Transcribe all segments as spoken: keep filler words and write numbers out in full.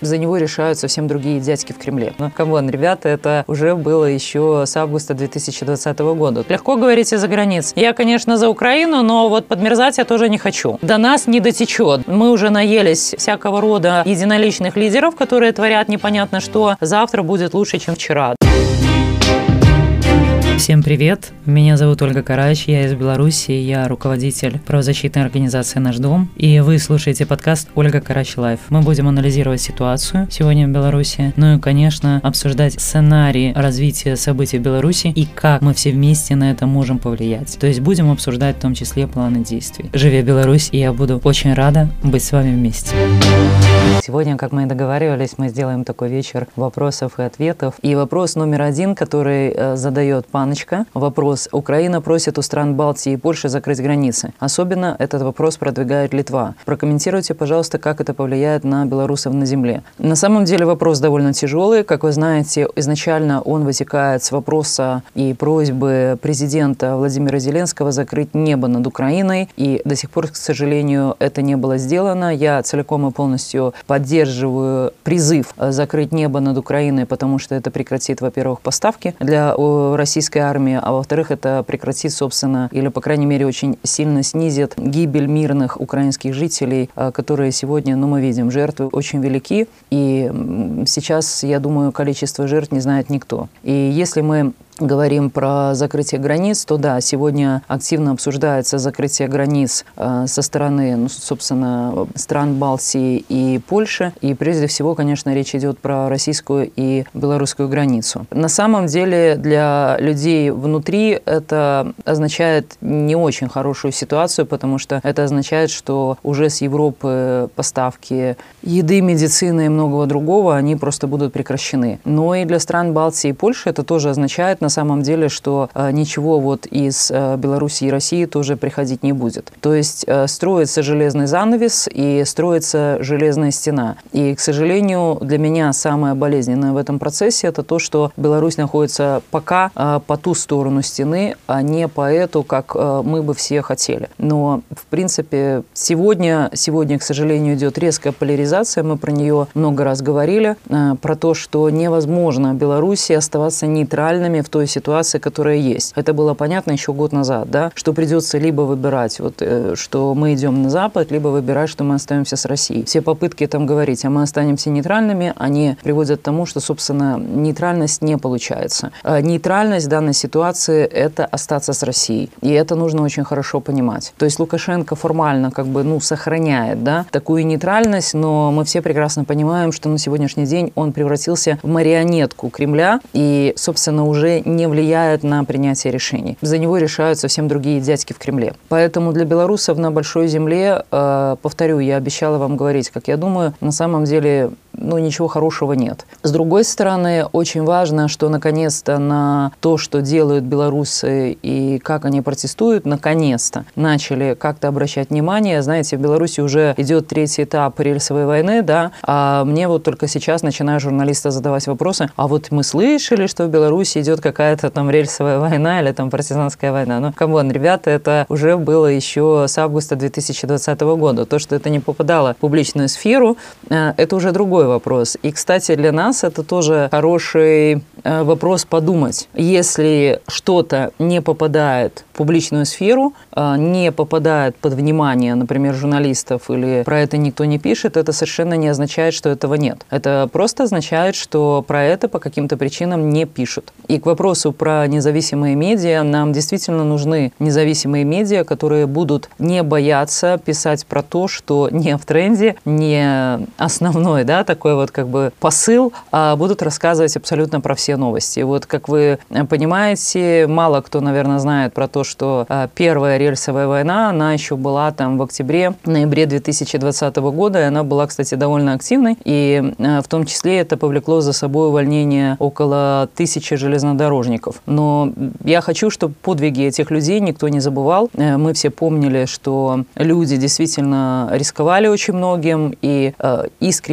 За него решают совсем другие дядьки в Кремле. Ну, камон, ребята, это уже было еще с августа две тысячи двадцатого года. Легко говорить из-за границ. Я, конечно, за Украину, но вот подмерзать я тоже не хочу. До нас не дотечет. Мы уже наелись всякого рода единоличных лидеров, которые творят непонятно что. Завтра будет лучше, чем вчера. Всем привет! Меня зовут Ольга Карач, я из Беларуси, я руководитель правозащитной организации «Наш дом», и вы слушаете подкаст «Ольга Карач Лайв». Мы будем анализировать ситуацию сегодня в Беларуси, ну и, конечно, обсуждать сценарий развития событий в Беларуси и как мы все вместе на это можем повлиять. То есть будем обсуждать в том числе планы действий. Живи Беларусь, и я буду очень рада быть с вами вместе. Сегодня, как мы и договаривались, мы сделаем такой вечер вопросов и ответов. И вопрос номер один, который э, задает Паночка. Вопрос. Украина просит у стран Балтии и Польши закрыть границы. Особенно этот вопрос продвигает Литва. Прокомментируйте, пожалуйста, как это повлияет на белорусов на земле. На самом деле вопрос довольно тяжелый. Как вы знаете, изначально он вытекает с вопроса и просьбы президента Владимира Зеленского закрыть небо над Украиной. И до сих пор, к сожалению, это не было сделано. Я целиком и полностью поддерживаю призыв закрыть небо над Украиной, потому что это прекратит, во-первых, поставки для российской армии, а во-вторых, это прекратит, собственно, или, по крайней мере, очень сильно снизит гибель мирных украинских жителей, которые сегодня, ну, мы видим, жертвы очень велики, и сейчас, я думаю, количество жертв не знает никто. И если мы говорим про закрытие границ, то да, сегодня активно обсуждается закрытие границ э, со стороны, ну, собственно, стран Балтии и Польши. И прежде всего, конечно, речь идет про российскую и белорусскую границу. На самом деле для людей внутри это означает не очень хорошую ситуацию, потому что это означает, что уже с Европы поставки еды, медицины и многого другого, они просто будут прекращены. Но и для стран Балтии и Польши это тоже означает, на самом деле, что э, ничего вот из э, Беларуси и России тоже приходить не будет. То есть э, строится железный занавес и строится железная стена. И, к сожалению, для меня самое болезненное в этом процессе это то, что Беларусь находится пока э, по ту сторону стены, а не по эту, как э, мы бы все хотели. Но, в принципе, сегодня, сегодня, к сожалению, идет резкая поляризация. Мы про нее много раз говорили, э, про то, что невозможно Беларуси оставаться нейтральными в той ситуации, которая есть. Это было понятно еще год назад, да, что придется либо выбирать, вот, э, что мы идем на Запад, либо выбирать, что мы остаемся с Россией. Все попытки там говорить, а мы останемся нейтральными, они приводят к тому, что, собственно, нейтральность не получается. А нейтральность в данной ситуации – это остаться с Россией. И это нужно очень хорошо понимать. То есть Лукашенко формально как бы, ну, сохраняет, да, такую нейтральность, но мы все прекрасно понимаем, что на сегодняшний день он превратился в марионетку Кремля и, собственно, уже не влияет на принятие решений. За него решают совсем другие дядьки в Кремле. Поэтому для белорусов на большой земле, э, повторю, я обещала вам говорить, как я думаю, на самом деле, ну, ничего хорошего нет. С другой стороны, очень важно, что наконец-то на то, что делают белорусы и как они протестуют, наконец-то начали как-то обращать внимание. Знаете, в Беларуси уже идет третий этап рельсовой войны, да, а мне вот только сейчас начинают журналисты задавать вопросы, а вот мы слышали, что в Беларуси идет какая-то там рельсовая война или там партизанская война. Ну, камон, ребята, это уже было еще с августа две тысячи двадцатого года. То, что это не попадало в публичную сферу, это уже другой вопрос. И, кстати, для нас это тоже хороший вопрос подумать. Если что-то не попадает в публичную сферу, не попадает под внимание, например, журналистов, или про это никто не пишет, это совершенно не означает, что этого нет. Это просто означает, что про это по каким-то причинам не пишут. И к вопросу про независимые медиа, нам действительно нужны независимые медиа, которые будут не бояться писать про то, что не в тренде, не основной, да, такой вот как бы посыл, а будут рассказывать абсолютно про все новости. Вот, как вы понимаете, мало кто, наверное, знает про то, что первая рельсовая война, она еще была там в октябре-ноябре две тысячи двадцатого года, и она была, кстати, довольно активной, и в том числе это повлекло за собой увольнение около тысячи железнодорожников. Но я хочу, чтобы подвиги этих людей никто не забывал. Мы все помнили, что люди действительно рисковали очень многим, и искренне и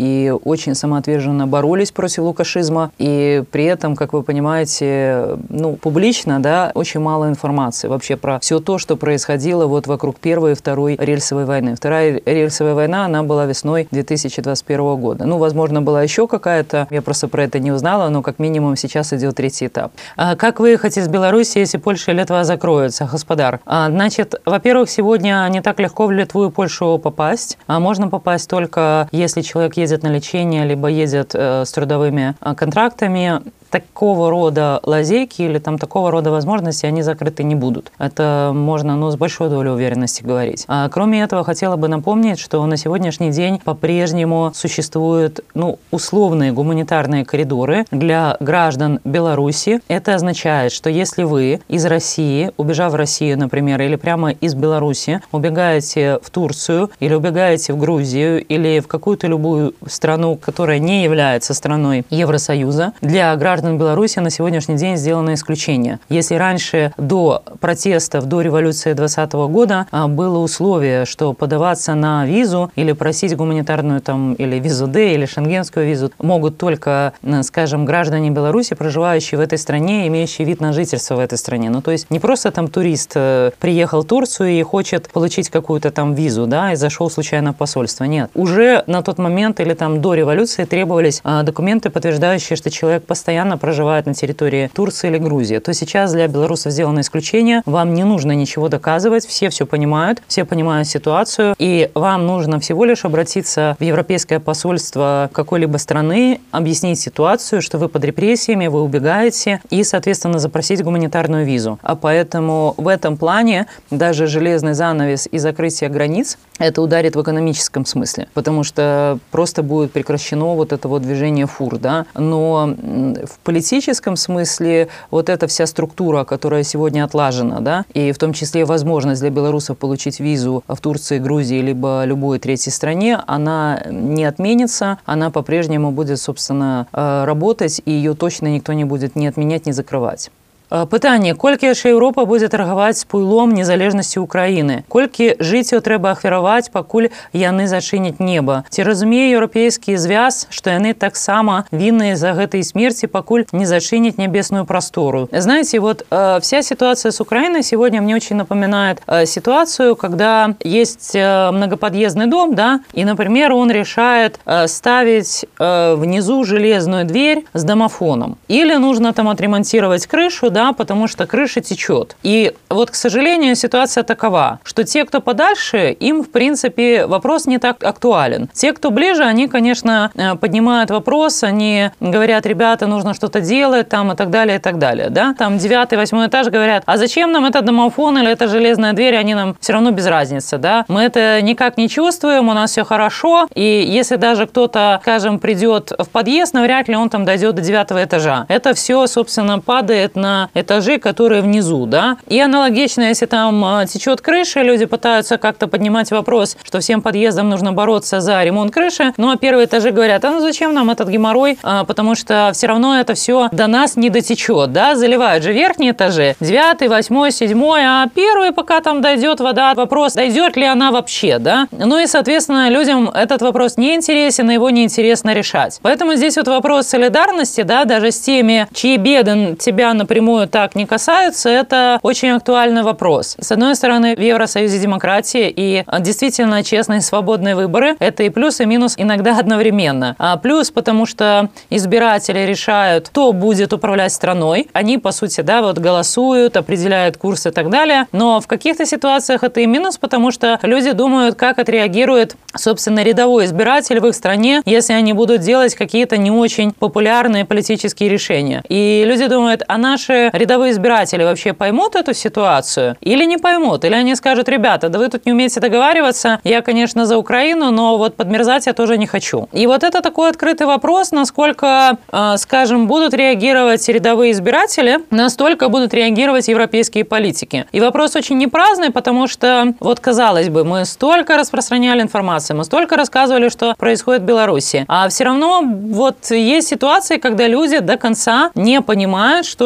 и очень самоотверженно боролись против лукашизма. И при этом, как вы понимаете, ну, публично, да, очень мало информации вообще про все то, что происходило вот вокруг Первой и Второй рельсовой войны. Вторая рельсовая война, она была весной две тысячи двадцать первого года. Ну, возможно, была еще какая-то, я просто про это не узнала, но как минимум сейчас идет третий этап. А как выехать из Беларуси, если Польша и Литва закроются, господар? А, значит, во-первых, сегодня не так легко в Литву и Польшу попасть. А можно попасть только, если человек едет на лечение, либо едет э, с трудовыми э, контрактами. Такого рода лазейки или там такого рода возможности, они закрыты не будут. Это можно, ну, с большой долей уверенности говорить. А кроме этого, хотела бы напомнить, что на сегодняшний день по-прежнему существуют, ну, условные гуманитарные коридоры для граждан Беларуси. Это означает, что если вы из России, убежав в Россию, например, или прямо из Беларуси, убегаете в Турцию или убегаете в Грузию или в какую-то любую страну, которая не является страной Евросоюза, для граждан Беларуси на сегодняшний день сделано исключение. Если раньше до протестов, до революции двадцатого года было условие, что подаваться на визу или просить гуманитарную там или визу Д, или шенгенскую визу могут только, скажем, граждане Беларуси, проживающие в этой стране, имеющие вид на жительство в этой стране. Ну, то есть не просто там турист приехал в Турцию и хочет получить какую-то там визу, да, и зашел случайно в посольство. Нет. Уже на тот момент или там до революции требовались а, документы, подтверждающие, что человек постоянно проживает на территории Турции или Грузии. То сейчас для белорусов сделано исключение. Вам не нужно ничего доказывать, все все понимают, все понимают ситуацию, и вам нужно всего лишь обратиться в Европейское посольство какой-либо страны, объяснить ситуацию, что вы под репрессиями, вы убегаете, и, соответственно, запросить гуманитарную визу. А поэтому в этом плане даже железный занавес и закрытие границ это ударит в экономическом смысле, потому что просто будет прекращено вот это вот движение фур, да. Но в политическом смысле вот эта вся структура, которая сегодня отлажена, да, и в том числе возможность для белорусов получить визу в Турции, Грузии, либо любой третьей стране, она не отменится, она по-прежнему будет, собственно, работать, и ее точно никто не будет ни отменять, ни закрывать. Пытанне, колькі яшчэ Еўропа будзе таргаваць з пылом незалежнасці Украіны? Колькі жыццяў трэба ахвяраваць, пакуль яны зачыняць неба? Ці разумее еўрапейскі звяз, што яны таксама вінныя за гэтай смерці, пакуль не зачыняць небесную простору? Знаете, вот э, вся ситуация с Украиной сегодня мне очень напоминает э, ситуацию, когда есть э, многоподъездный дом, да, и, например, он решает э, ставить э, внизу железную дверь с домофоном. Или нужно там отремонтировать крышу, да, потому что крыша течет. И вот, к сожалению, ситуация такова, что те, кто подальше, им, в принципе, вопрос не так актуален. Те, кто ближе, они, конечно, поднимают вопрос, они говорят, ребята, нужно что-то делать, там, и так далее, и так далее, да. Там девятый, восьмой этаж говорят, а зачем нам этот домофон или эта железная дверь, они нам все равно без разницы, да. Мы это никак не чувствуем, у нас все хорошо, и если даже кто-то, скажем, придет в подъезд, навряд ли он там дойдет до девятого этажа. Это все, собственно, падает на этажи, которые внизу, да. И аналогично, если там течет крыша, люди пытаются как-то поднимать вопрос, что всем подъездам нужно бороться за ремонт крыши, ну а первые этажи говорят, а ну зачем нам этот геморрой, а, потому что все равно это все до нас не дотечет, да, заливают же верхние этажи, девятый, восьмой, седьмой, а первый, пока там дойдет вода, вопрос, дойдет ли она вообще, да. Ну и, соответственно, людям этот вопрос не интересен, и его неинтересно решать. Поэтому здесь вот вопрос солидарности, да, даже с теми, чьи беды тебя напрямую так не касаются, это очень актуальный вопрос. С одной стороны, в Евросоюзе демократия и действительно честные свободные выборы – это и плюс, и минус иногда одновременно. А плюс, потому что избиратели решают, кто будет управлять страной. Они, по сути, да, вот голосуют, определяют курс и так далее. Но в каких-то ситуациях это и минус, потому что люди думают, как отреагирует, собственно, рядовой избиратель в их стране, если они будут делать какие-то не очень популярные политические решения. И люди думают, а наши рядовые избиратели вообще поймут эту ситуацию или не поймут? Или они скажут, ребята, да вы тут не умеете договариваться, я, конечно, за Украину, но вот подмерзать я тоже не хочу. И вот это такой открытый вопрос, насколько, э, скажем, будут реагировать рядовые избиратели, настолько будут реагировать европейские политики. И вопрос очень непраздный, потому что, вот казалось бы, мы столько распространяли информацию, мы столько рассказывали, что происходит в Беларуси, а все равно вот есть ситуации, когда люди до конца не понимают, что же происходит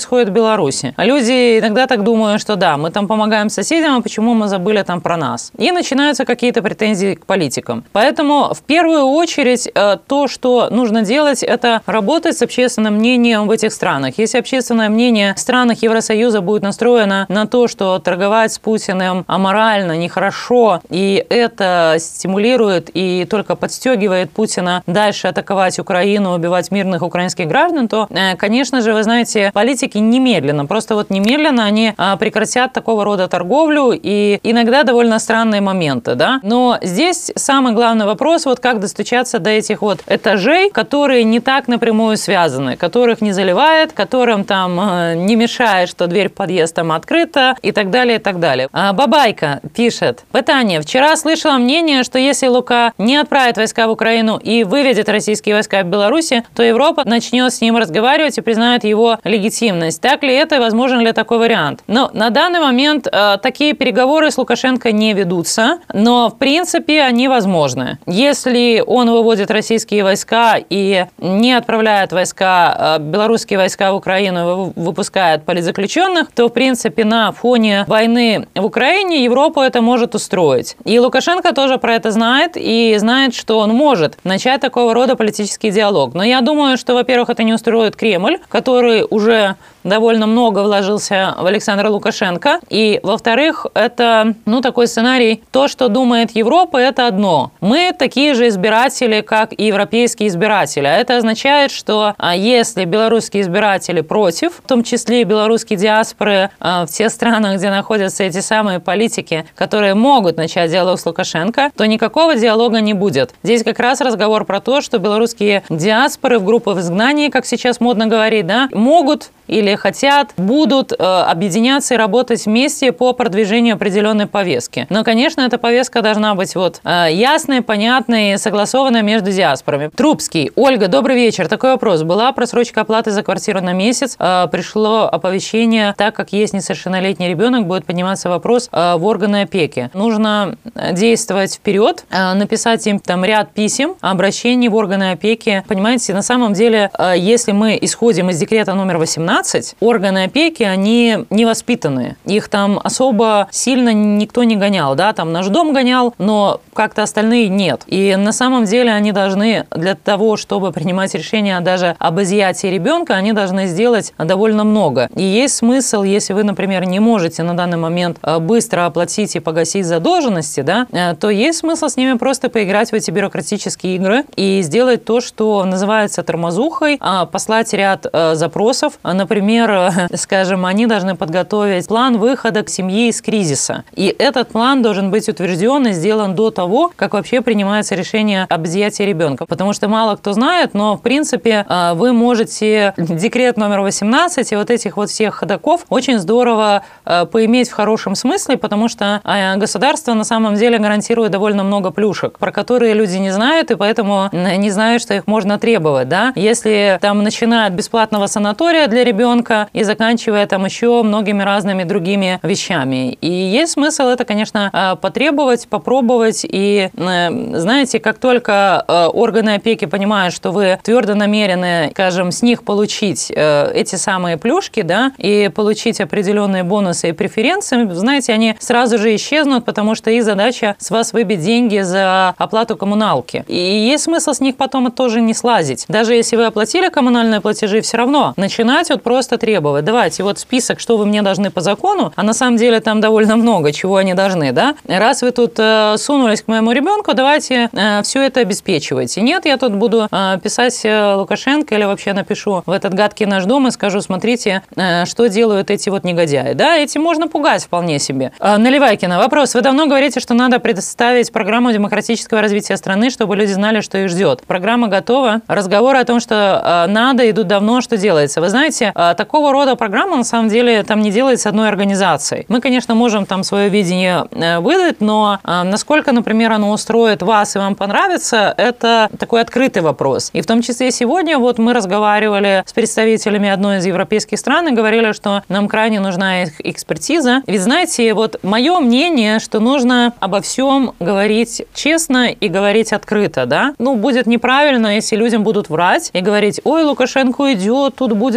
происходит в Беларуси. А люди иногда так думают, что да, мы там помогаем соседям, а почему мы забыли там про нас? И начинаются какие-то претензии к политикам. Поэтому в первую очередь то, что нужно делать, это работать с общественным мнением в этих странах. Если общественное мнение в странах Евросоюза будет настроено на то, что торговать с Путиным аморально, нехорошо, и это стимулирует и только подстегивает Путина дальше атаковать Украину, убивать мирных украинских граждан, то, конечно же, вы знаете, политики немедленно, просто вот немедленно они прекратят такого рода торговлю, и иногда довольно странные моменты, да. Но здесь самый главный вопрос, вот как достучаться до этих вот этажей, которые не так напрямую связаны, которых не заливает, которым там не мешает, что дверь в подъезд там открыта и так далее, и так далее. А Бабайка пишет: «Пытание. Вчера слышала мнение, что если Лука не отправит войска в Украину и выведет российские войска в Беларуси, то Европа начнет с ним разговаривать и признает его легитимность. Так ли это и возможен ли такой вариант?» Но на данный момент э, такие переговоры с Лукашенко не ведутся, но в принципе они возможны. Если он выводит российские войска и не отправляет войска, э, белорусские войска в Украину, выпускает политзаключенных, то в принципе на фоне войны в Украине Европа это может устроить. И Лукашенко тоже про это знает и знает, что он может начать такого рода политический диалог. Но я думаю, что, во-первых, это не устроит Кремль, который уже довольно много вложился в Александра Лукашенко. И, во-вторых, это, ну, такой сценарий. То, что думает Европа, это одно. Мы такие же избиратели, как и европейские избиратели. А это означает, что если белорусские избиратели против, в том числе и белорусские диаспоры в тех странах, где находятся эти самые политики, которые могут начать диалог с Лукашенко, то никакого диалога не будет. Здесь как раз разговор про то, что белорусские диаспоры в группы в изгнании, как сейчас модно говорить, да, могут или хотят, будут э, объединяться и работать вместе по продвижению определенной повестки. Но, конечно, эта повестка должна быть вот э, ясной, понятной, согласованной между диаспорами. Трубский. Ольга, добрый вечер. Такой вопрос. Была просрочка оплаты за квартиру на месяц. Э, пришло оповещение, так как есть несовершеннолетний ребенок, будет подниматься вопрос э, в органы опеки. Нужно действовать вперед, э, написать им там ряд писем, обращений в органы опеки. Понимаете, на самом деле, э, если мы исходим из декрета номер восемнадцать, органы опеки, они невоспитанные. Их там особо сильно никто не гонял, да, там наш дом гонял, но как-то остальные нет. И на самом деле они должны для того, чтобы принимать решения даже об изъятии ребенка, они должны сделать довольно много. И есть смысл, если вы, например, не можете на данный момент быстро оплатить и погасить задолженности, да, то есть смысл с ними просто поиграть в эти бюрократические игры и сделать то, что называется тормозухой, послать ряд запросов. Например, скажем, они должны подготовить план выхода к семье из кризиса. И этот план должен быть утвержден и сделан до того, как вообще принимается решение об изъятии ребенка. Потому что мало кто знает, но, в принципе, вы можете декрет номер восемнадцать и вот этих вот всех ходоков очень здорово поиметь в хорошем смысле, потому что государство на самом деле гарантирует довольно много плюшек, про которые люди не знают, и поэтому не знают, что их можно требовать. Да? Если там начиная от бесплатного санатория для ребенка, ребенка и заканчивая там еще многими разными другими вещами. И есть смысл это, конечно, потребовать, попробовать. И, знаете, как только органы опеки понимают, что вы твердо намерены, скажем, с них получить эти самые плюшки, да, и получить определенные бонусы и преференции, знаете, они сразу же исчезнут, потому что их задача с вас выбить деньги за оплату коммуналки. И есть смысл с них потом тоже не слазить. Даже если вы оплатили коммунальные платежи, все равно начинать вот просто требовать. Давайте вот список, что вы мне должны по закону, а на самом деле там довольно много, чего они должны, да? Раз вы тут э, сунулись к моему ребенку, давайте э, все это обеспечивайте. Нет, я тут буду э, писать Лукашенко или вообще напишу в этот гадкий наш дом и скажу, смотрите, э, что делают эти вот негодяи. Да, этим можно пугать вполне себе. Э, Наливайкина, вопрос. Вы давно говорите, что надо предоставить программу демократического развития страны, чтобы люди знали, что их ждет. Программа готова. Разговоры о том, что э, надо, идут давно, что делается. Вы знаете, такого рода программа, на самом деле, там не делается одной организацией. Мы, конечно, можем там свое видение выдать, но насколько, например, оно устроит вас и вам понравится, это такой открытый вопрос. И в том числе сегодня вот мы разговаривали с представителями одной из европейских стран и говорили, что нам крайне нужна их экспертиза. Ведь, знаете, вот мое мнение, что нужно обо всем говорить честно и говорить открыто, да? Ну, будет неправильно, если людям будут врать и говорить, ой, Лукашенко идет, тут будет сразу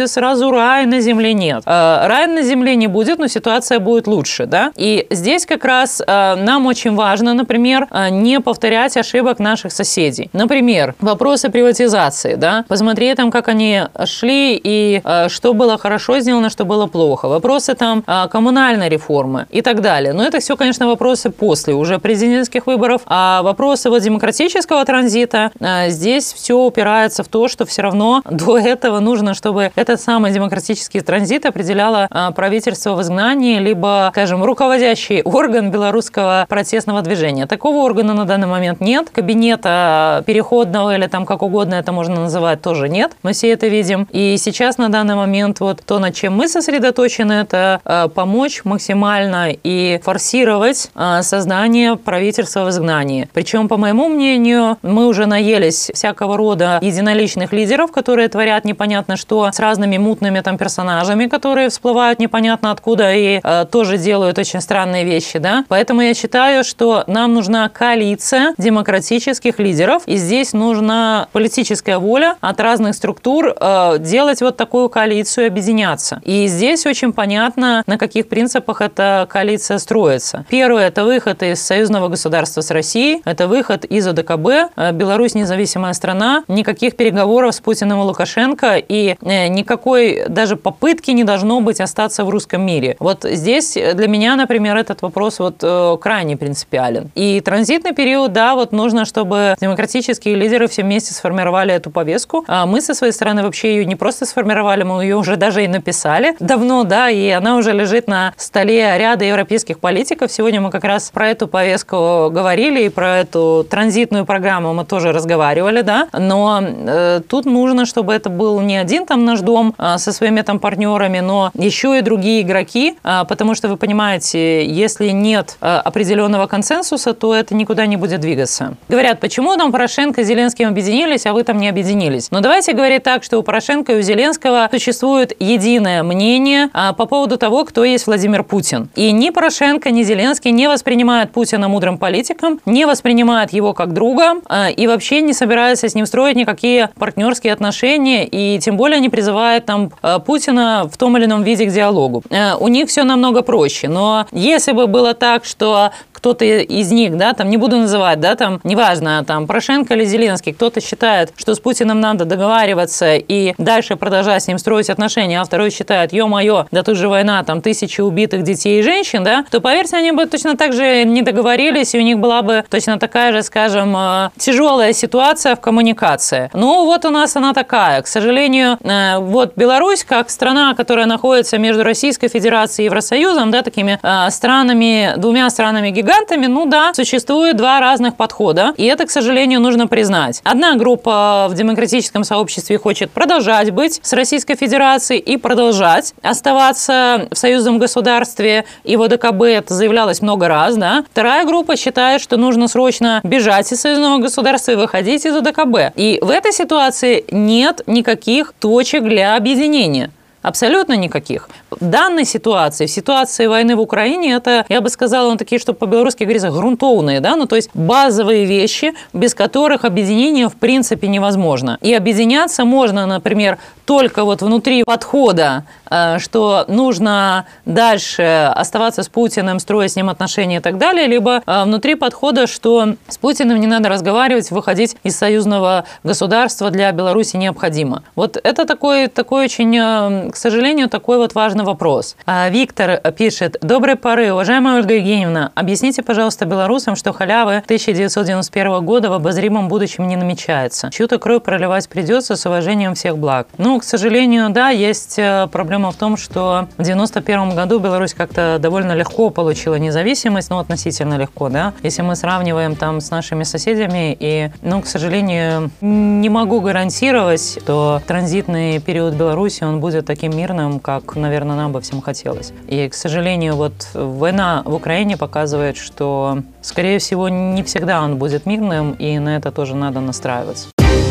сразу рай на земле нет. Рай на земле не будет, но ситуация будет лучше, да? И здесь как раз нам очень важно, например, не повторять ошибок наших соседей. Например, вопросы приватизации, да? Посмотреть там, как они шли и что было хорошо сделано, что было плохо. Вопросы там коммунальной реформы и так далее. Но это все, конечно, вопросы после уже президентских выборов. А вопросы вот демократического транзита, здесь все упирается в то, что все равно до этого нужно, чтобы этот самый демократический транзит определяло правительство в изгнании, либо, скажем, руководящий орган белорусского протестного движения. Такого органа на данный момент нет. Кабинета переходного или там как угодно это можно называть тоже нет. Мы все это видим. И сейчас на данный момент вот то, над чем мы сосредоточены, это э, помочь максимально и форсировать э, создание правительства в изгнании. Причем, по моему мнению, мы уже наелись всякого рода единоличных лидеров, которые творят непонятно что с разными мутными там персонажами, которые всплывают непонятно откуда и э, тоже делают очень странные вещи, да. Поэтому я считаю, что нам нужна коалиция демократических лидеров, и здесь нужна политическая воля от разных структур э, делать вот такую коалицию, объединяться. И здесь очень понятно, на каких принципах эта коалиция строится. Первое – это выход из союзного государства с Россией, это выход из ОДКБ. Беларусь независимая страна, никаких переговоров с Путиным и Лукашенко, и никакой даже попытки не должно быть остаться в русском мире. Вот здесь для меня, например, этот вопрос вот крайне принципиален. И транзитный период, да, вот нужно, чтобы демократические лидеры все вместе сформировали эту повестку. А мы со своей стороны вообще ее не просто сформировали, мы ее уже даже и написали давно, да, и она уже лежит на столе ряда европейских политиков. Сегодня мы как раз про эту повестку говорили, и про эту транзитную программу мы тоже разговаривали, да, но э, тут нужно, чтобы это был не один там наш дом э, со своими там партнерами, но еще и другие игроки, э, потому что вы понимаете, если нет э, определенного консенсуса, то это никуда не будет двигаться. Говорят, почему там Порошенко и Зеленским объединились, а вы там не объединились? Но давайте говорить так, что у Порошенко и у Зеленского существует единое мнение э, по поводу того, кто есть Владимир Путин. И ни Порошенко, ни Зеленский не воспринимают Путина мудрым политиком, не воспринимают его как друга э, и вообще не собираются с ним строить никакие партнерские отношения, и тем более не призывают там э, Путина в том или ином виде к диалогу. Э, у них все намного проще. Но если бы было так, что кто-то из них, да, там, не буду называть, да, там, неважно, там, Порошенко или Зеленский, кто-то считает, что с Путиным надо договариваться и дальше продолжать с ним строить отношения, а второй считает, ё-моё, да тут же война, там, тысячи убитых детей и женщин, да, то, поверьте, они бы точно так же не договорились, и у них была бы точно такая же, скажем, тяжелая ситуация в коммуникации. Ну, вот у нас она такая. К сожалению, вот Беларусь, как страна, которая находится между Российской Федерацией и Евросоюзом, да, такими странами, двумя странами-гигантами, ну да, существует два разных подхода, и это, к сожалению, нужно признать. Одна группа в демократическом сообществе хочет продолжать быть с Российской Федерацией и продолжать оставаться в союзном государстве, и в ОДКБ это заявлялось много раз, да. Вторая группа считает, что нужно срочно бежать из союзного государства и выходить из ОДКБ. И в этой ситуации нет никаких точек для объединения. Абсолютно никаких. В данной ситуации, в ситуации войны в Украине, это, я бы сказала, ну, такие, что по-белорусски говорится, грунтовные, да, ну, то есть базовые вещи, без которых объединение в принципе невозможно. И объединяться можно, например, только вот внутри подхода, что нужно дальше оставаться с Путиным, строить с ним отношения и так далее, либо внутри подхода, что с Путиным не надо разговаривать, выходить из союзного государства для Беларуси необходимо. Вот это такой, такой очень, к сожалению, такой вот важный вопрос. Виктор пишет: «Доброй поры, уважаемая Ольга Евгеньевна, объясните, пожалуйста, белорусам, что халявы тысяча девятьсот девяносто первого года в обозримом будущем не намечается. Чью-то кровь проливать придется с уважением всех благ». Ну, к сожалению, да, есть проблема в том, что в девяносто первом году Беларусь как-то довольно легко получила независимость, ну, относительно легко, да, если мы сравниваем там с нашими соседями, и, ну, к сожалению, не могу гарантировать, что транзитный период Беларуси, он будет таким мирным, как, наверное, нам бы всем хотелось. И, к сожалению, вот война в Украине показывает, что, скорее всего, не всегда он будет мирным, и на это тоже надо настраиваться.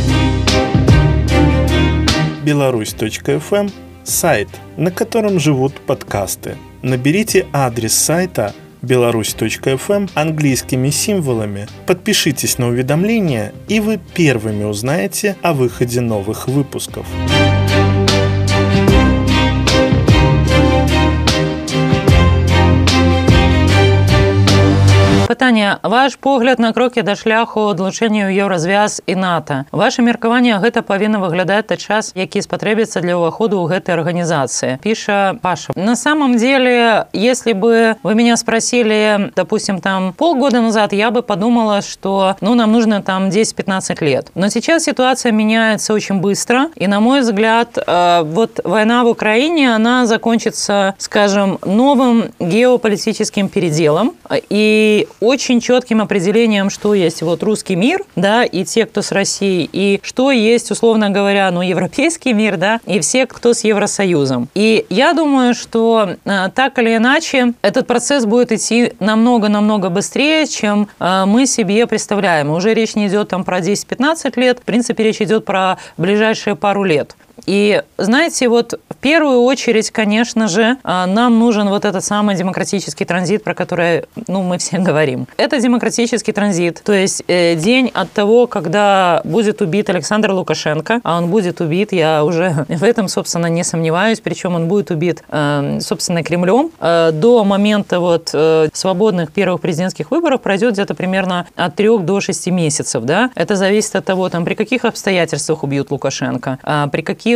Беларусь точка эф эм – сайт, на котором живут подкасты. Наберите адрес сайта беларусь точка эф эм английскими символами, подпишитесь на уведомления, и вы первыми узнаете о выходе новых выпусков. Пытанне. Ваш погляд на крокі да шляху далучэння ў Еўразвяз і НАТО. Ваше меркаванне, гэта павінна выглядаць той час, які спатрэбіцца для ўваходу ў гэтай арганізацыі. Піша Паша. На самом деле, если бы вы меня спросили, допустим, там полгода назад, я бы подумала, что ну, нам нужно там десять-пятнадцать лет. Но сейчас ситуация меняется очень быстро. И, на мой взгляд, вот война в Украине, она закончится, скажем, новым геополитическим переделом и очень четким определением, что есть вот русский мир, да, и те, кто с Россией, и что есть, условно говоря, ну, европейский мир, да, и все, кто с Евросоюзом. И я думаю, что так или иначе этот процесс будет идти намного-намного быстрее, чем мы себе представляем. Уже речь не идет там про десять-пятнадцать лет, в принципе, речь идет про ближайшие пару лет. И, знаете, вот в первую очередь, конечно же, нам нужен вот этот самый демократический транзит, про который, ну, мы все говорим. Это демократический транзит, то есть э, день от того, когда будет убит Александр Лукашенко, а он будет убит, я уже в этом, собственно, не сомневаюсь, причем он будет убит, э, собственно, Кремлем, э, до момента вот э, свободных первых президентских выборов пройдет где-то примерно от трех до шести месяцев, да. Это зависит от того, там, при каких обстоятельствах убьют Лукашенко, э, при каких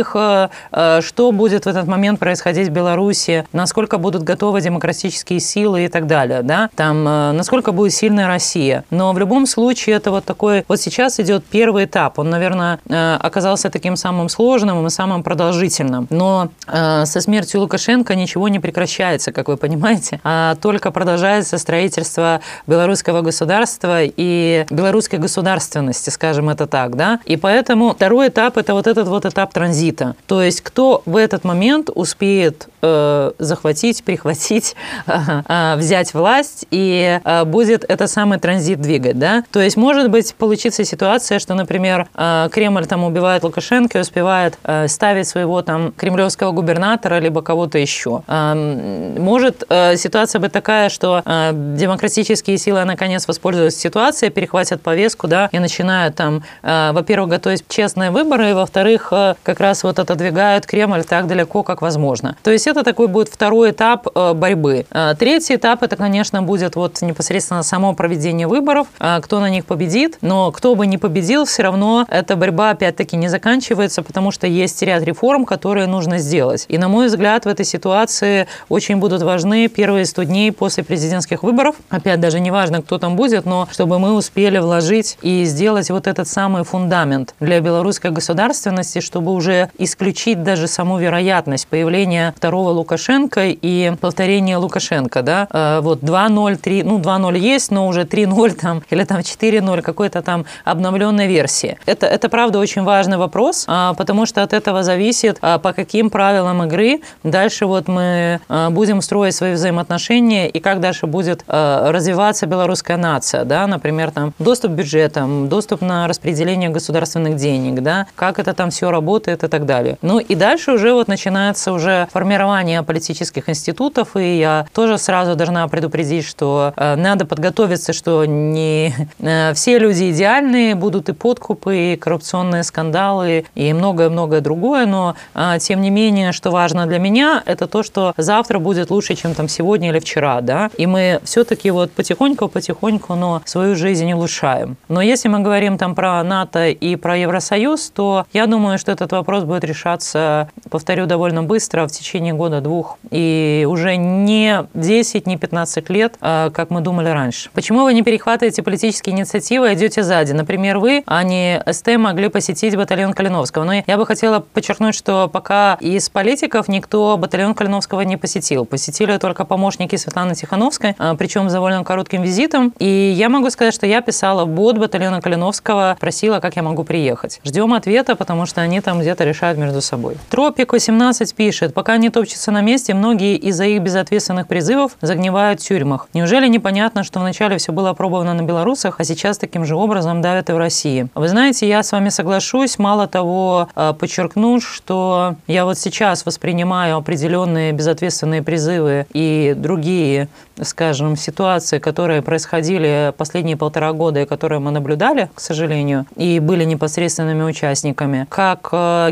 что будет в этот момент происходить в Беларуси, насколько будут готовы демократические силы и так далее, да, там, насколько будет сильная Россия. Но в любом случае это вот такой, вот сейчас идет первый этап, он, наверное, оказался таким самым сложным и самым продолжительным, но со смертью Лукашенко ничего не прекращается, как вы понимаете, а только продолжается строительство белорусского государства и белорусской государственности, скажем это так, да, и поэтому второй этап – это вот этот вот этап транзита. То есть кто в этот момент успеет э, захватить, прихватить, э, э, взять власть, и э, будет этот самый транзит двигать, да? То есть может быть получится ситуация, что, например, э, Кремль там убивает Лукашенко и успевает э, ставить своего там кремлевского губернатора либо кого-то еще. Э, может э, ситуация быть такая, что э, демократические силы наконец воспользуются ситуацией, перехватят повестку, да, и начинают там, э, во-первых, готовить честные выборы, и, во-вторых, э, как раз вот отодвигают Кремль так далеко, как возможно. То есть это такой будет второй этап борьбы. Третий этап, это, конечно, будет вот непосредственно само проведение выборов, кто на них победит, но кто бы ни победил, все равно эта борьба опять-таки не заканчивается, потому что есть ряд реформ, которые нужно сделать. И, на мой взгляд, в этой ситуации очень будут важны первые сто дней после президентских выборов. Опять даже не важно, кто там будет, но чтобы мы успели вложить и сделать вот этот самый фундамент для белорусской государственности, чтобы уже исключить даже саму вероятность появления второго Лукашенко и повторения Лукашенко, да, вот два ноль, три, ну, два ноль есть, но уже три ноль там, или там четыре ноль, какой-то там обновленной версии. Это, это, правда, очень важный вопрос, потому что от этого зависит, по каким правилам игры дальше вот мы будем строить свои взаимоотношения и как дальше будет развиваться белорусская нация, да, например, там, доступ к бюджетам, доступ на распределение государственных денег, да, как это там все работает и так далее. Ну и дальше уже вот начинается уже формирование политических институтов, и я тоже сразу должна предупредить, что э, надо подготовиться, что не э, все люди идеальные, будут и подкупы, и коррупционные скандалы, и многое-многое другое, но э, тем не менее, что важно для меня, это то, что завтра будет лучше, чем там сегодня или вчера, да, и мы все-таки вот потихоньку-потихоньку, но свою жизнь улучшаем. Но если мы говорим там про НАТО и про Евросоюз, то я думаю, что этот вопрос будет решаться, повторю, довольно быстро, в течение года-двух, и уже не десять, не пятнадцать лет, как мы думали раньше. Почему вы не перехватываете политические инициативы и идете сзади? Например, вы, а не СТ, могли посетить батальон Калиновского. Но я бы хотела подчеркнуть, что пока из политиков никто батальон Калиновского не посетил. Посетили только помощники Светланы Тихановской, причем с довольно коротким визитом. И я могу сказать, что я писала в бот батальона Калиновского, просила, как я могу приехать. Ждем ответа, потому что они там где-то решают между собой. Тропик восемнадцать пишет: пока они топчутся на месте, многие из-за их безответственных призывов загнивают в тюрьмах. Неужели непонятно, что вначале все было опробовано на белорусах, а сейчас таким же образом давят и в России? Вы знаете, я с вами соглашусь. Мало того, подчеркну, что я вот сейчас воспринимаю определенные безответственные призывы и другие, скажем, ситуации, которые происходили последние полтора года и которые мы наблюдали, к сожалению, и были непосредственными участниками, как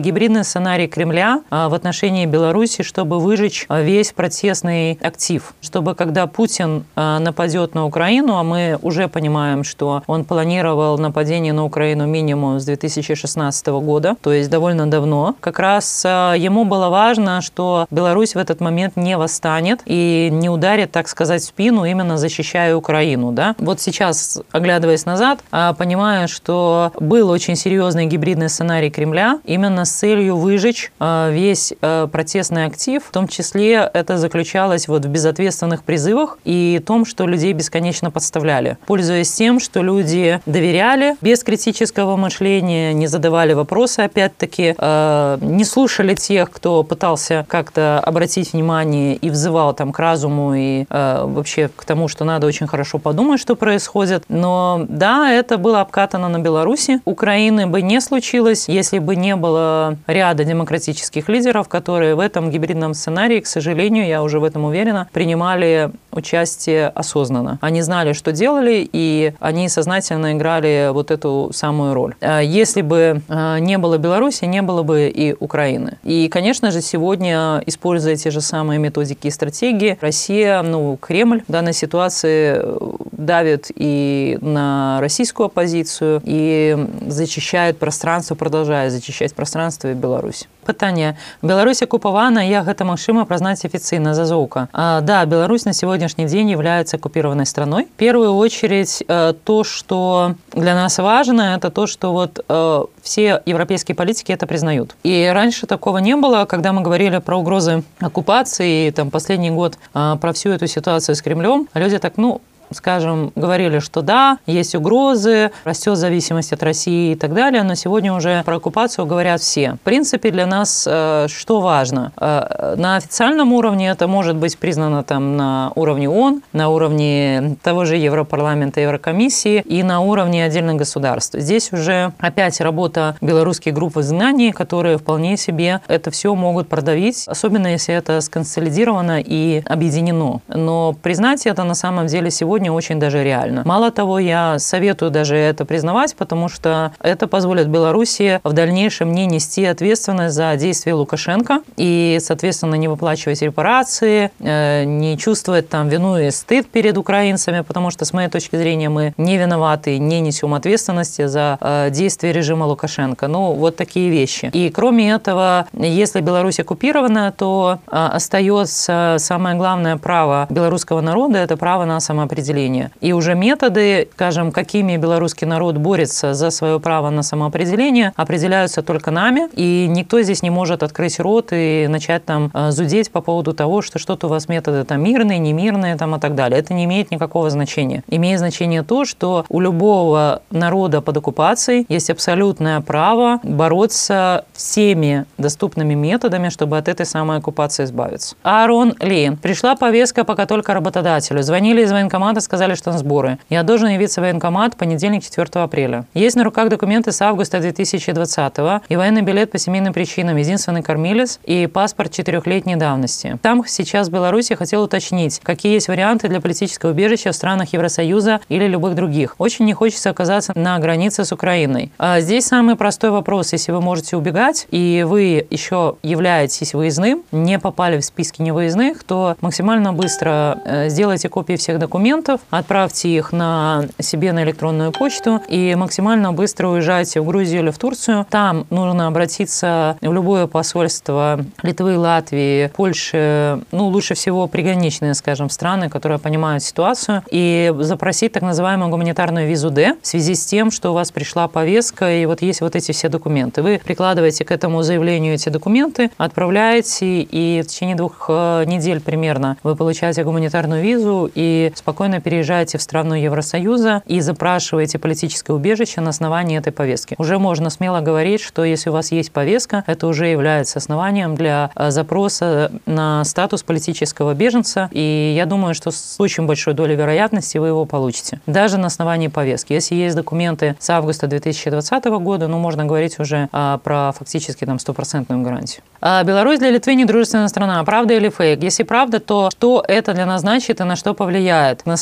гибридный сценарий Кремля в отношении Беларуси, чтобы выжечь весь протестный актив, чтобы когда Путин нападет на Украину, а мы уже понимаем, что он планировал нападение на Украину минимум с две тысячи шестнадцатого года, то есть довольно давно, как раз ему было важно, что Беларусь в этот момент не восстанет и не ударит, так сказать, в спину, именно защищая Украину. Да? Вот сейчас, оглядываясь назад, понимаю, что был очень серьезный гибридный сценарий Кремля именно с целью выжечь весь протестный актив, в том числе это заключалось вот в безответственных призывах и том, что людей бесконечно подставляли, пользуясь тем, что люди доверяли без критического мышления, не задавали вопросы, опять-таки, не слушали тех, кто пытался как-то обратить внимание и взывал там к разуму и вообще к тому, что надо очень хорошо подумать, что происходит. Но да, это было обкатано на Беларуси. Украины бы не случилось, если бы не было ряда демократических лидеров, которые в этом гибридном сценарии, к сожалению, я уже в этом уверена, принимали участие осознанно. Они знали, что делали, и они сознательно играли вот эту самую роль. Если бы не было Беларуси, не было бы и Украины. И, конечно же, сегодня, используя те же самые методики и стратегии, Россия, ну, Кремль в данной ситуации давит и на российскую оппозицию, и зачищает пространство, продолжает зачищать пространство и Беларусь. Пытание. Беларусь оккупована, як гэта магчыма признать официально, зазоўка. А, да, Беларусь на сегодняшний день является оккупированной страной. В первую очередь, то, что для нас важно, это то, что вот все европейские политики это признают. И раньше такого не было, когда мы говорили про угрозы оккупации, и там последний год про всю эту ситуацию с Кремлем, люди так, ну, скажем, говорили, что да, есть угрозы, растет зависимость от России и так далее, но сегодня уже про оккупацию говорят все. В принципе, для нас э, что важно? Э, на официальном уровне это может быть признано там на уровне ООН, на уровне того же Европарламента, Еврокомиссии и на уровне отдельных государств. Здесь уже опять работа белорусских групп изгнаний, которые вполне себе это все могут продавить, особенно если это сконсолидировано и объединено. Но признать это на самом деле сегодня очень даже реально. Мало того, я советую даже это признавать, потому что это позволит Беларуси в дальнейшем не нести ответственность за действия Лукашенко и, соответственно, не выплачивать репарации, не чувствовать там вину и стыд перед украинцами, потому что, с моей точки зрения, мы не виноваты, не несем ответственности за действия режима Лукашенко. Ну, вот такие вещи. И кроме этого, если Беларусь оккупирована, то остается самое главное право белорусского народа – это право на самоопределение. И уже методы, скажем, какими белорусский народ борется за свое право на самоопределение, определяются только нами, и никто здесь не может открыть рот и начать там зудеть по поводу того, что что-то у вас методы там мирные, немирные там и так далее. Это не имеет никакого значения. Имеет значение то, что у любого народа под оккупацией есть абсолютное право бороться всеми доступными методами, чтобы от этой самой оккупации избавиться. Аарон Ли. Пришла повестка пока только работодателю. Звонили из военкомата, сказали, что на сборы. Я должен явиться в военкомат в понедельник, четвёртого апреля. Есть на руках документы с августа две тысячи двадцатого и военный билет по семейным причинам, единственный кормилец и паспорт четырехлетней давности. Там сейчас в Беларуси хотел уточнить, какие есть варианты для политического убежища в странах Евросоюза или любых других. Очень не хочется оказаться на границе с Украиной. А здесь самый простой вопрос. Если вы можете убегать, и вы еще являетесь выездным, не попали в списки невыездных, то максимально быстро сделайте копии всех документов, отправьте их на себе на электронную почту и максимально быстро уезжайте в Грузию или в Турцию. Там нужно обратиться в любое посольство Литвы, Латвии, Польши, ну, лучше всего приграничные, скажем, страны, которые понимают ситуацию, и запросить так называемую гуманитарную визу Д в связи с тем, что у вас пришла повестка, и вот есть вот эти все документы. Вы прикладываете к этому заявлению эти документы, отправляете, и в течение двух недель примерно вы получаете гуманитарную визу и спокойно переезжаете в страну Евросоюза и запрашиваете политическое убежище на основании этой повестки. Уже можно смело говорить, что если у вас есть повестка, это уже является основанием для запроса на статус политического беженца, и я думаю, что с очень большой долей вероятности вы его получите. Даже на основании повестки. Если есть документы с августа две тысячи двадцатого года, ну, можно говорить уже а, про фактически там стопроцентную гарантию. А Беларусь для Литвы недружественная страна. Правда или фейк? Если правда, то что это для нас значит и на что повлияет? На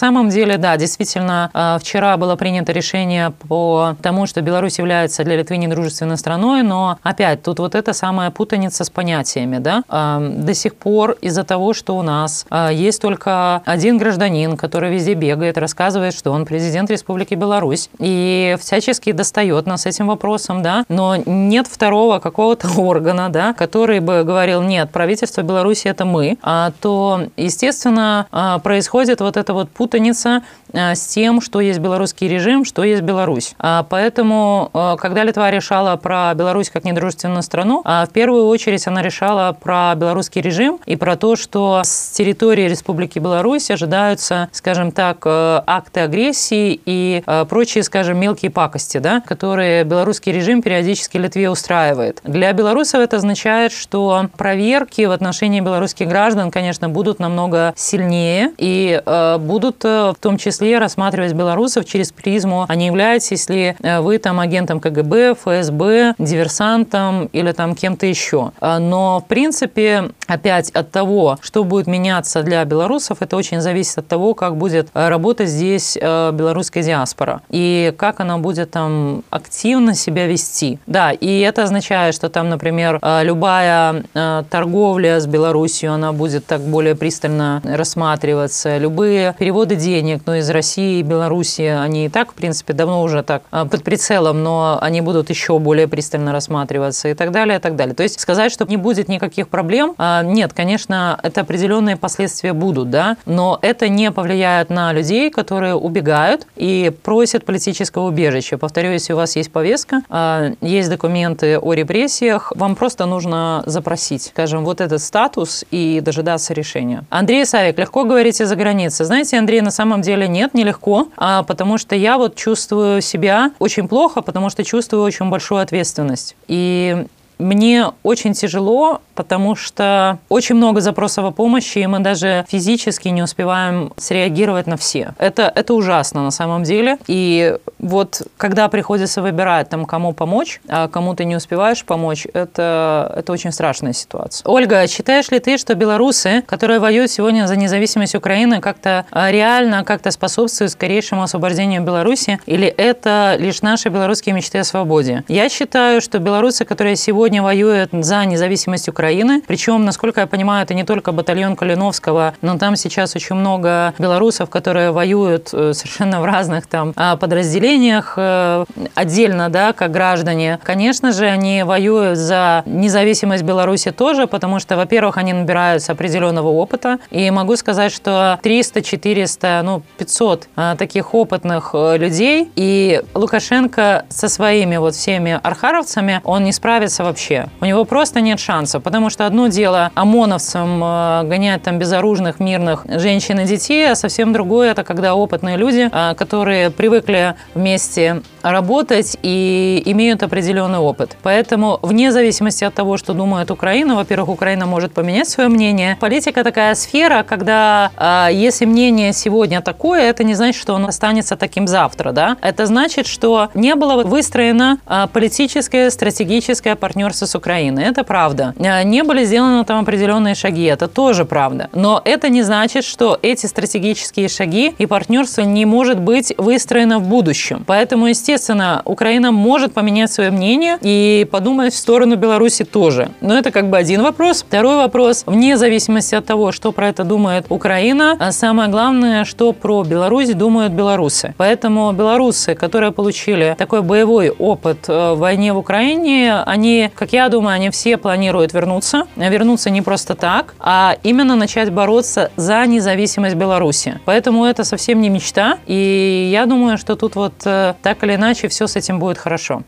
самом деле, да, действительно, вчера было принято решение по тому, что Беларусь является для Литвы недружественной страной, но опять тут вот эта самая путаница с понятиями, да. До сих пор из-за того, что у нас есть только один гражданин, который везде бегает, рассказывает, что он президент Республики Беларусь, и всячески достает нас этим вопросом, да, но нет второго какого-то органа, да, который бы говорил, нет, правительство Беларуси – это мы, то, естественно, происходит вот эта вот путаница с тем, что есть белорусский режим, что есть Беларусь. Поэтому, когда Литва решала про Беларусь как недружественную страну, в первую очередь она решала про белорусский режим и про то, что с территории Республики Беларусь ожидаются, скажем так, акты агрессии и прочие, скажем, мелкие пакости, да, которые белорусский режим периодически Литве устраивает. Для белорусов это означает, что проверки в отношении белорусских граждан, конечно, будут намного сильнее и будут в том числе рассматривать белорусов через призму, а не являетесь ли вы там агентом ка гэ бэ, эф эс бэ, диверсантом или там кем-то еще. Но, в принципе, опять от того, что будет меняться для белорусов, это очень зависит от того, как будет работать здесь белорусская диаспора и как она будет там активно себя вести. Да, и это означает, что там, например, любая торговля с Беларусью, она будет так более пристально рассматриваться. Любые переводы денег, ну, из России и Беларуси, они и так, в принципе, давно уже так под прицелом, но они будут еще более пристально рассматриваться и так далее, и так далее. То есть сказать, что не будет никаких проблем, нет, конечно, это определенные последствия будут, да, но это не повлияет на людей, которые убегают и просят политического убежища. Повторю, если у вас есть повестка, есть документы о репрессиях, вам просто нужно запросить, скажем, вот этот статус и дожидаться решения. Андрей Савик, легко говорить из-за границы. Знаете, Андрей, на самом деле нет, нелегко, а потому что я вот чувствую себя очень плохо, потому что чувствую очень большую ответственность. И мне очень тяжело, потому что очень много запросов о помощи, и мы даже физически не успеваем среагировать на все. Это, это ужасно на самом деле. И вот когда приходится выбирать, там, кому помочь, а кому ты не успеваешь помочь, это, это очень страшная ситуация. Ольга, считаешь ли ты, что белорусы, которые воюют сегодня за независимость Украины, как-то реально как-то способствуют скорейшему освобождению Беларуси, или это лишь наши белорусские мечты о свободе? Я считаю, что белорусы, которые сегодня Сегодня воюет за независимость Украины. Причем, насколько я понимаю, это не только батальон Калиновского, но там сейчас очень много белорусов, которые воюют совершенно в разных там подразделениях, отдельно, да, как граждане. Конечно же, они воюют за независимость Беларуси тоже, потому что, во-первых, они набираются определенного опыта. И могу сказать, что триста, четыреста, ну, пятьсот таких опытных людей. И Лукашенко со своими вот всеми архаровцами, он не справится вообще. У него просто нет шансов, потому что одно дело ОМОНовцам гонять там безоружных, мирных женщин и детей, а совсем другое – это когда опытные люди, которые привыкли вместе работать и имеют определенный опыт. Поэтому вне зависимости от того, что думает Украина, во-первых, Украина может поменять свое мнение. Политика такая сфера, когда если мнение сегодня такое, это не значит, что оно останется таким завтра, да? Это значит, что не было выстроено политическое, стратегическое партнерство с Украиной. Это правда. Не были сделаны там определенные шаги. Это тоже правда. Но это не значит, что эти стратегические шаги и партнерство не может быть выстроено в будущем. Поэтому, естественно, Украина может поменять свое мнение и подумать в сторону Беларуси тоже. Но это как бы один вопрос. Второй вопрос. Вне зависимости от того, что про это думает Украина, а самое главное, что про Беларусь думают белорусы. Поэтому белорусы, которые получили такой боевой опыт в войне в Украине, они, как я думаю, они все планируют вернуться. Вернуться не просто так, а именно начать бороться за независимость Беларуси. Поэтому это совсем не мечта. И я думаю, что тут вот так или иначе все с этим будет хорошо.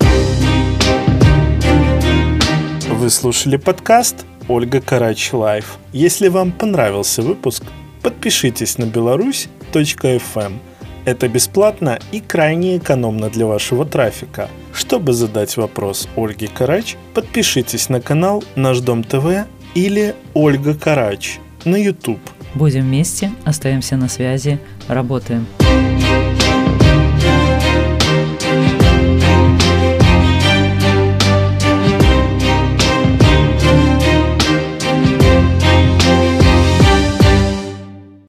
Вы слушали подкаст «Ольга Карач Лайф». Если вам понравился выпуск, подпишитесь на беларусь точка эф эм. Это бесплатно и крайне экономно для вашего трафика. Чтобы задать вопрос Ольге Карач, подпишитесь на канал Наш Дом ТВ или Ольга Карач на YouTube. Будем вместе, остаемся на связи, работаем.